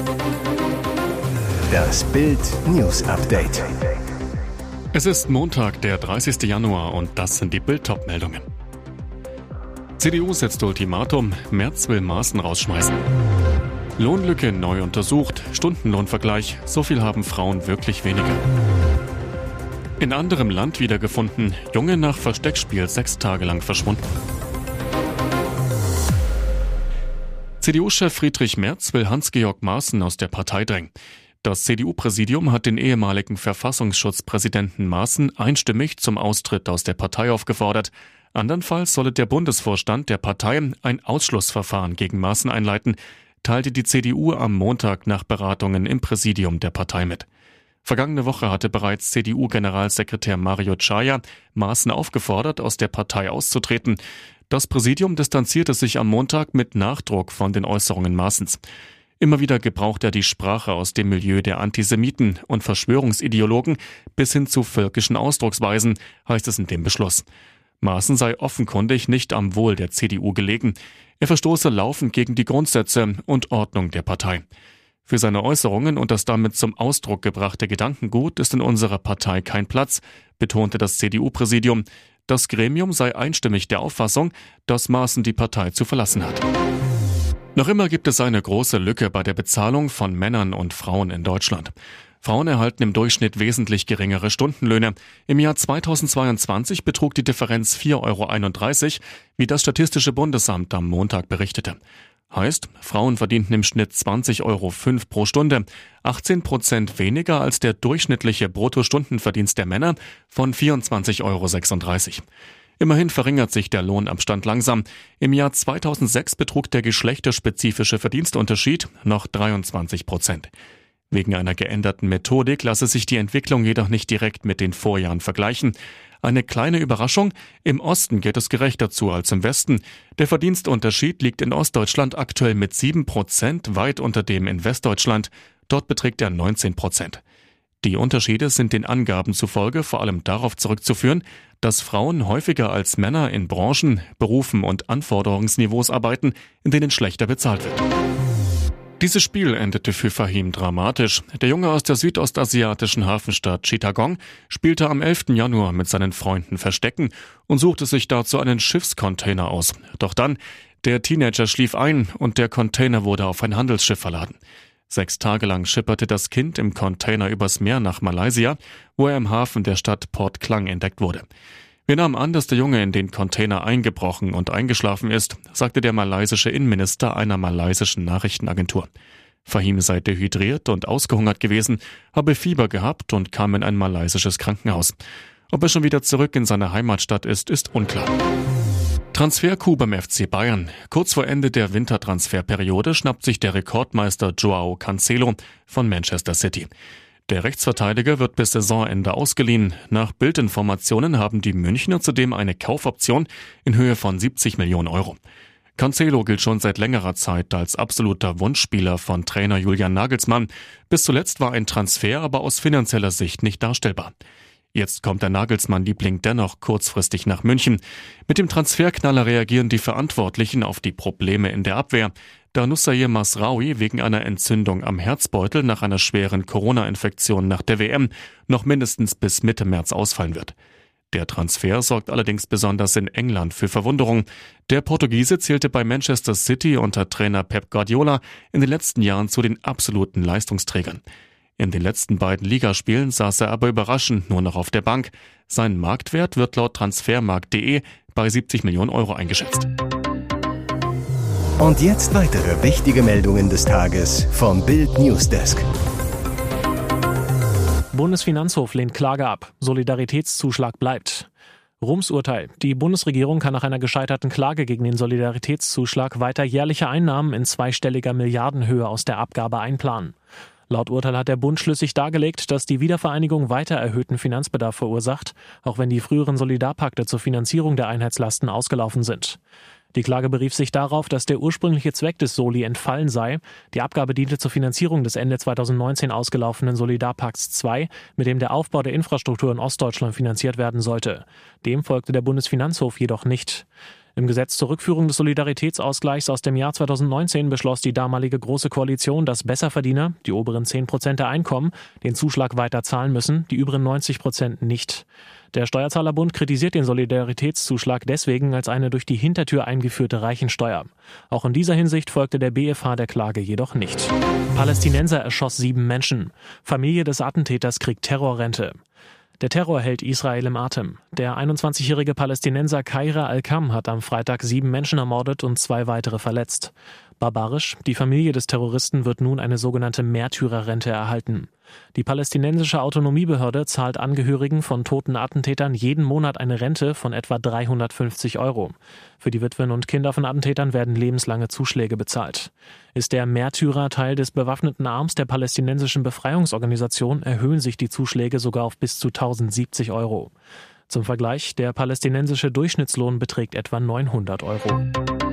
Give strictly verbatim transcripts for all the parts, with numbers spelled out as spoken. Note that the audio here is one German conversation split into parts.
Das Bild News Update. Es ist Montag, der dreißigsten Januar, und das sind die Bild-Top-Meldungen. C D U setzt Ultimatum, Merz will Maaßen rausschmeißen. Lohnlücke neu untersucht, Stundenlohnvergleich, so viel haben Frauen wirklich weniger. In anderem Land wiedergefunden, Junge nach Versteckspiel sechs Tage lang verschwunden. C D U-Chef Friedrich Merz will Hans-Georg Maaßen aus der Partei drängen. Das C D U-Präsidium hat den ehemaligen Verfassungsschutzpräsidenten Maaßen einstimmig zum Austritt aus der Partei aufgefordert. Andernfalls solle der Bundesvorstand der Partei ein Ausschlussverfahren gegen Maaßen einleiten, teilte die C D U am Montag nach Beratungen im Präsidium der Partei mit. Vergangene Woche hatte bereits C D U-Generalsekretär Mario Czaja Maaßen aufgefordert, aus der Partei auszutreten. Das Präsidium distanzierte sich am Montag mit Nachdruck von den Äußerungen Maaßens. Immer wieder gebraucht er die Sprache aus dem Milieu der Antisemiten und Verschwörungsideologen bis hin zu völkischen Ausdrucksweisen, heißt es in dem Beschluss. Maaßen sei offenkundig nicht am Wohl der C D U gelegen. Er verstoße laufend gegen die Grundsätze und Ordnung der Partei. Für seine Äußerungen und das damit zum Ausdruck gebrachte Gedankengut ist in unserer Partei kein Platz, betonte das C D U-Präsidium. Das Gremium sei einstimmig der Auffassung, dass Maaßen die Partei zu verlassen hat. Noch immer gibt es eine große Lücke bei der Bezahlung von Männern und Frauen in Deutschland. Frauen erhalten im Durchschnitt wesentlich geringere Stundenlöhne. Im Jahr zweitausendzweiundzwanzig betrug die Differenz vier Euro einunddreißig, wie das Statistische Bundesamt am Montag berichtete. Heißt, Frauen verdienten im Schnitt zwanzig Euro fünf pro Stunde, achtzehn Prozent weniger als der durchschnittliche Bruttostundenverdienst der Männer von vierundzwanzig Euro sechsunddreißig. Immerhin verringert sich der Lohnabstand langsam. Im Jahr zweitausendsechs betrug der geschlechterspezifische Verdienstunterschied noch dreiundzwanzig Prozent. Wegen einer geänderten Methodik lasse sich die Entwicklung jedoch nicht direkt mit den Vorjahren vergleichen. Eine kleine Überraschung: Im Osten geht es gerechter zu als im Westen. Der Verdienstunterschied liegt in Ostdeutschland aktuell mit sieben Prozent weit unter dem in Westdeutschland. Dort beträgt er neunzehn Prozent. Die Unterschiede sind den Angaben zufolge vor allem darauf zurückzuführen, dass Frauen häufiger als Männer in Branchen, Berufen und Anforderungsniveaus arbeiten, in denen schlechter bezahlt wird. Dieses Spiel endete für Fahim dramatisch. Der Junge aus der südostasiatischen Hafenstadt Chittagong spielte am elften Januar mit seinen Freunden Verstecken und suchte sich dazu einen Schiffscontainer aus. Doch dann, der Teenager schlief ein und der Container wurde auf ein Handelsschiff verladen. Sechs Tage lang schipperte das Kind im Container übers Meer nach Malaysia, wo er im Hafen der Stadt Port Klang entdeckt wurde. Wir nahmen an, dass der Junge in den Container eingebrochen und eingeschlafen ist, sagte der malaysische Innenminister einer malaysischen Nachrichtenagentur. Fahim sei dehydriert und ausgehungert gewesen, habe Fieber gehabt und kam in ein malaysisches Krankenhaus. Ob er schon wieder zurück in seiner Heimatstadt ist, ist unklar. Transfer-Coup beim F C Bayern. Kurz vor Ende der Wintertransferperiode schnappt sich der Rekordmeister João Cancelo von Manchester City. Der Rechtsverteidiger wird bis Saisonende ausgeliehen. Nach Bildinformationen haben die Münchner zudem eine Kaufoption in Höhe von siebzig Millionen Euro. Cancelo gilt schon seit längerer Zeit als absoluter Wunschspieler von Trainer Julian Nagelsmann. Bis zuletzt war ein Transfer aber aus finanzieller Sicht nicht darstellbar. Jetzt kommt der Nagelsmann-Liebling dennoch kurzfristig nach München. Mit dem Transferknaller reagieren die Verantwortlichen auf die Probleme in der Abwehr, da Nussair Mazraoui wegen einer Entzündung am Herzbeutel nach einer schweren Corona-Infektion nach der W M noch mindestens bis Mitte März ausfallen wird. Der Transfer sorgt allerdings besonders in England für Verwunderung. Der Portugiese zählte bei Manchester City unter Trainer Pep Guardiola in den letzten Jahren zu den absoluten Leistungsträgern. In den letzten beiden Ligaspielen saß er aber überraschend nur noch auf der Bank. Sein Marktwert wird laut Transfermarkt punkt de bei siebzig Millionen Euro eingeschätzt. Und jetzt weitere wichtige Meldungen des Tages vom Bild Newsdesk. Bundesfinanzhof lehnt Klage ab. Solidaritätszuschlag bleibt. Rums Urteil. Die Bundesregierung kann nach einer gescheiterten Klage gegen den Solidaritätszuschlag weiter jährliche Einnahmen in zweistelliger Milliardenhöhe aus der Abgabe einplanen. Laut Urteil hat der Bund schlüssig dargelegt, dass die Wiedervereinigung weiter erhöhten Finanzbedarf verursacht, auch wenn die früheren Solidarpakte zur Finanzierung der Einheitslasten ausgelaufen sind. Die Klage berief sich darauf, dass der ursprüngliche Zweck des Soli entfallen sei. Die Abgabe diente zur Finanzierung des Ende zweitausendneunzehn ausgelaufenen Solidarpakts zwei, mit dem der Aufbau der Infrastruktur in Ostdeutschland finanziert werden sollte. Dem folgte der Bundesfinanzhof jedoch nicht. Im Gesetz zur Rückführung des Solidaritätsausgleichs aus dem Jahr zweitausendneunzehn beschloss die damalige Große Koalition, dass Besserverdiener, die oberen zehn Prozent der Einkommen, den Zuschlag weiter zahlen müssen, die übrigen neunzig Prozent nicht. Der Steuerzahlerbund kritisiert den Solidaritätszuschlag deswegen als eine durch die Hintertür eingeführte Reichensteuer. Auch in dieser Hinsicht folgte der B F H der Klage jedoch nicht. Palästinenser erschoss sieben Menschen. Familie des Attentäters kriegt Terrorrente. Der Terror hält Israel im Atem. Der einundzwanzigjährige Palästinenser Khaira Al-Kam hat am Freitag sieben Menschen ermordet und zwei weitere verletzt. Barbarisch, die Familie des Terroristen wird nun eine sogenannte Märtyrerrente erhalten. Die palästinensische Autonomiebehörde zahlt Angehörigen von toten Attentätern jeden Monat eine Rente von etwa dreihundertfünfzig Euro. Für die Witwen und Kinder von Attentätern werden lebenslange Zuschläge bezahlt. Ist der Märtyrer Teil des bewaffneten Arms der palästinensischen Befreiungsorganisation, erhöhen sich die Zuschläge sogar auf bis zu tausendsiebzig Euro. Zum Vergleich, der palästinensische Durchschnittslohn beträgt etwa neunhundert Euro.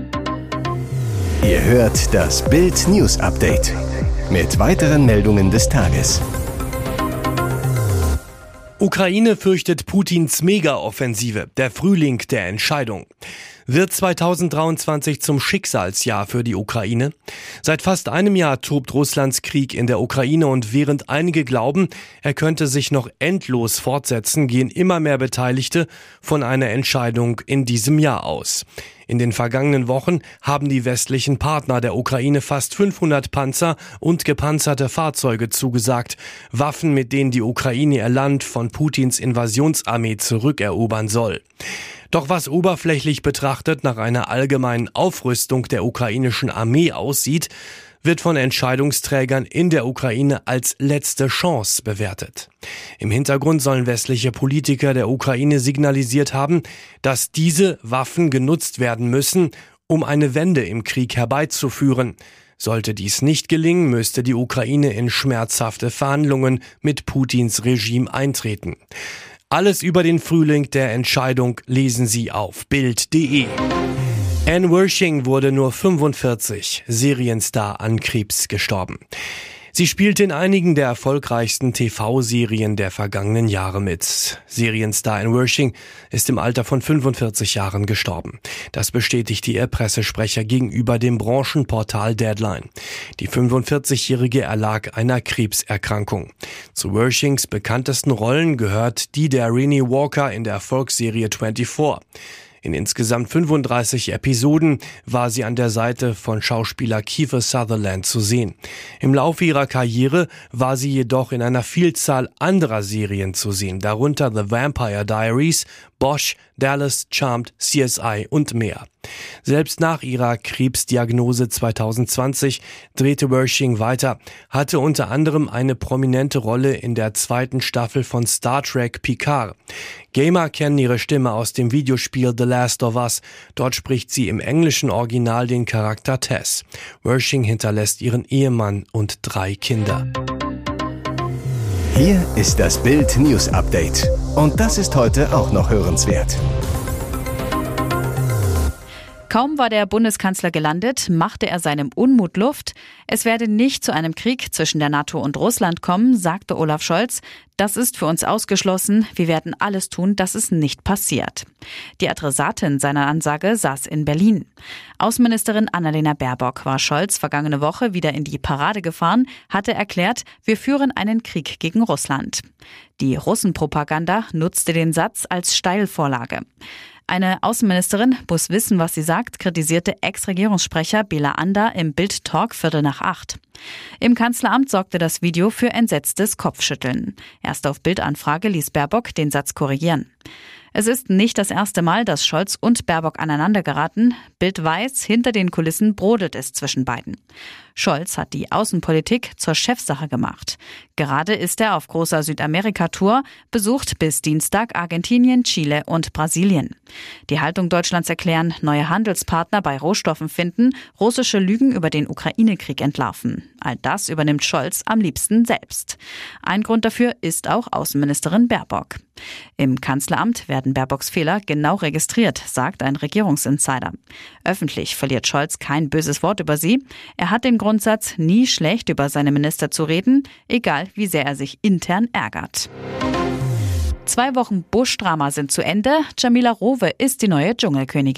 Ihr hört das Bild News Update mit weiteren Meldungen des Tages. Ukraine fürchtet Putins Mega-Offensive, der Frühling der Entscheidung. Wird zweitausenddreiundzwanzig zum Schicksalsjahr für die Ukraine? Seit fast einem Jahr tobt Russlands Krieg in der Ukraine und während einige glauben, er könnte sich noch endlos fortsetzen, gehen immer mehr Beteiligte von einer Entscheidung in diesem Jahr aus. In den vergangenen Wochen haben die westlichen Partner der Ukraine fast fünfhundert Panzer und gepanzerte Fahrzeuge zugesagt. Waffen, mit denen die Ukraine ihr Land von Putins Invasionsarmee zurückerobern soll. Doch was oberflächlich betrachtet nach einer allgemeinen Aufrüstung der ukrainischen Armee aussieht, wird von Entscheidungsträgern in der Ukraine als letzte Chance bewertet. Im Hintergrund sollen westliche Politiker der Ukraine signalisiert haben, dass diese Waffen genutzt werden müssen, um eine Wende im Krieg herbeizuführen. Sollte dies nicht gelingen, müsste die Ukraine in schmerzhafte Verhandlungen mit Putins Regime eintreten. Alles über den Frühling der Entscheidung lesen Sie auf Bild punkt de. Anne Wersching wurde nur fünfundvierzig, Serienstar an Krebs gestorben. Sie spielte in einigen der erfolgreichsten T V-Serien der vergangenen Jahre mit. Serienstar Anne Wersching ist im Alter von fünfundvierzig Jahren gestorben. Das bestätigte ihr Pressesprecher gegenüber dem Branchenportal Deadline. Die fünfundvierzigjährige erlag einer Krebserkrankung. Zu Werschings bekanntesten Rollen gehört die der Renee Walker in der Erfolgsserie vierundzwanzig. In insgesamt fünfunddreißig Episoden war sie an der Seite von Schauspieler Kiefer Sutherland zu sehen. Im Laufe ihrer Karriere war sie jedoch in einer Vielzahl anderer Serien zu sehen, darunter The Vampire Diaries, Bosch, Dallas, Charmed, C S I und mehr. Selbst nach ihrer Krebsdiagnose zweitausendzwanzig drehte Wersching weiter, hatte unter anderem eine prominente Rolle in der zweiten Staffel von Star Trek Picard. Gamer kennen ihre Stimme aus dem Videospiel The Last of Us. Dort spricht sie im englischen Original den Charakter Tess. Wersching hinterlässt ihren Ehemann und drei Kinder. Hier ist das Bild News Update. Und das ist heute auch noch hörenswert. Kaum war der Bundeskanzler gelandet, machte er seinem Unmut Luft. Es werde nicht zu einem Krieg zwischen der NATO und Russland kommen, sagte Olaf Scholz. Das ist für uns ausgeschlossen. Wir werden alles tun, dass es nicht passiert. Die Adressatin seiner Ansage saß in Berlin. Außenministerin Annalena Baerbock war Scholz vergangene Woche wieder in die Parade gefahren, hatte erklärt, wir führen einen Krieg gegen Russland. Die Russenpropaganda nutzte den Satz als Steilvorlage. Eine Außenministerin muss wissen, was sie sagt, kritisierte Ex-Regierungssprecher Bela Ander im Bild-Talk Viertel nach acht. Im Kanzleramt sorgte das Video für entsetztes Kopfschütteln. Erst auf Bildanfrage ließ Baerbock den Satz korrigieren. Es ist nicht das erste Mal, dass Scholz und Baerbock aneinander geraten. Bild weiß, hinter den Kulissen brodelt es zwischen beiden. Scholz hat die Außenpolitik zur Chefsache gemacht. Gerade ist er auf großer Südamerika-Tour, besucht bis Dienstag Argentinien, Chile und Brasilien. Die Haltung Deutschlands erklären, neue Handelspartner bei Rohstoffen finden, russische Lügen über den Ukraine-Krieg entlarven. All das übernimmt Scholz am liebsten selbst. Ein Grund dafür ist auch Außenministerin Baerbock. Im Kanzleramt werden Baerbocks Fehler genau registriert, sagt ein Regierungsinsider. Öffentlich verliert Scholz kein böses Wort über sie. Er hat den Grundsatz, nie schlecht über seine Minister zu reden, egal wie sehr er sich intern ärgert. Zwei Wochen Bush-Drama sind zu Ende. Jamila Rowe ist die neue Dschungelkönigin.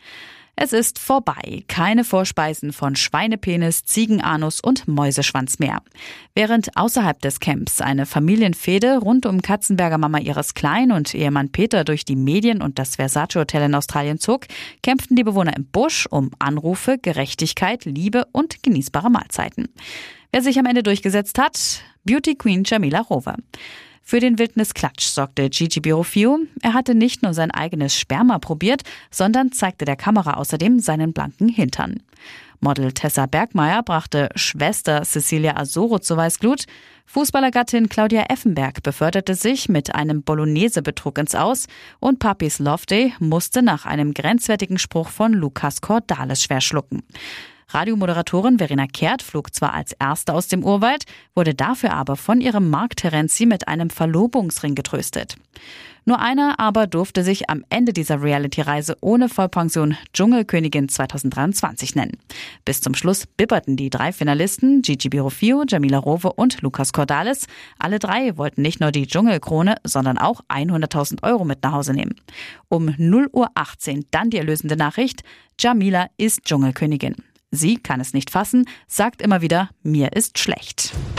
Es ist vorbei. Keine Vorspeisen von Schweinepenis, Ziegenanus und Mäuseschwanz mehr. Während außerhalb des Camps eine Familienfehde rund um Katzenberger Mama Iris Klein und Ehemann Peter durch die Medien und das Versace Hotel in Australien zog, kämpften die Bewohner im Busch um Anrufe, Gerechtigkeit, Liebe und genießbare Mahlzeiten. Wer sich am Ende durchgesetzt hat? Beauty Queen Jamila Rowe. Für den Wildnisklatsch sorgte Gigi Birofio. Er hatte nicht nur sein eigenes Sperma probiert, sondern zeigte der Kamera außerdem seinen blanken Hintern. Model Tessa Bergmeier brachte Schwester Cecilia Asoro zur Weißglut. Fußballergattin Claudia Effenberg beförderte sich mit einem Bolognese-Betrug ins Aus und Papis Love Day musste nach einem grenzwertigen Spruch von Lucas Cordalis schwer schlucken. Radiomoderatorin Verena Kehrt flog zwar als Erste aus dem Urwald, wurde dafür aber von ihrem Marc Terenzi mit einem Verlobungsring getröstet. Nur einer aber durfte sich am Ende dieser Reality-Reise ohne Vollpension Dschungelkönigin zwanzig dreiundzwanzig nennen. Bis zum Schluss bibberten die drei Finalisten Gigi Birofio, Jamila Rowe und Lucas Cordalis. Alle drei wollten nicht nur die Dschungelkrone, sondern auch hunderttausend Euro mit nach Hause nehmen. Um null Uhr achtzehn dann die erlösende Nachricht: Jamila ist Dschungelkönigin. Sie kann es nicht fassen, sagt immer wieder, mir ist schlecht.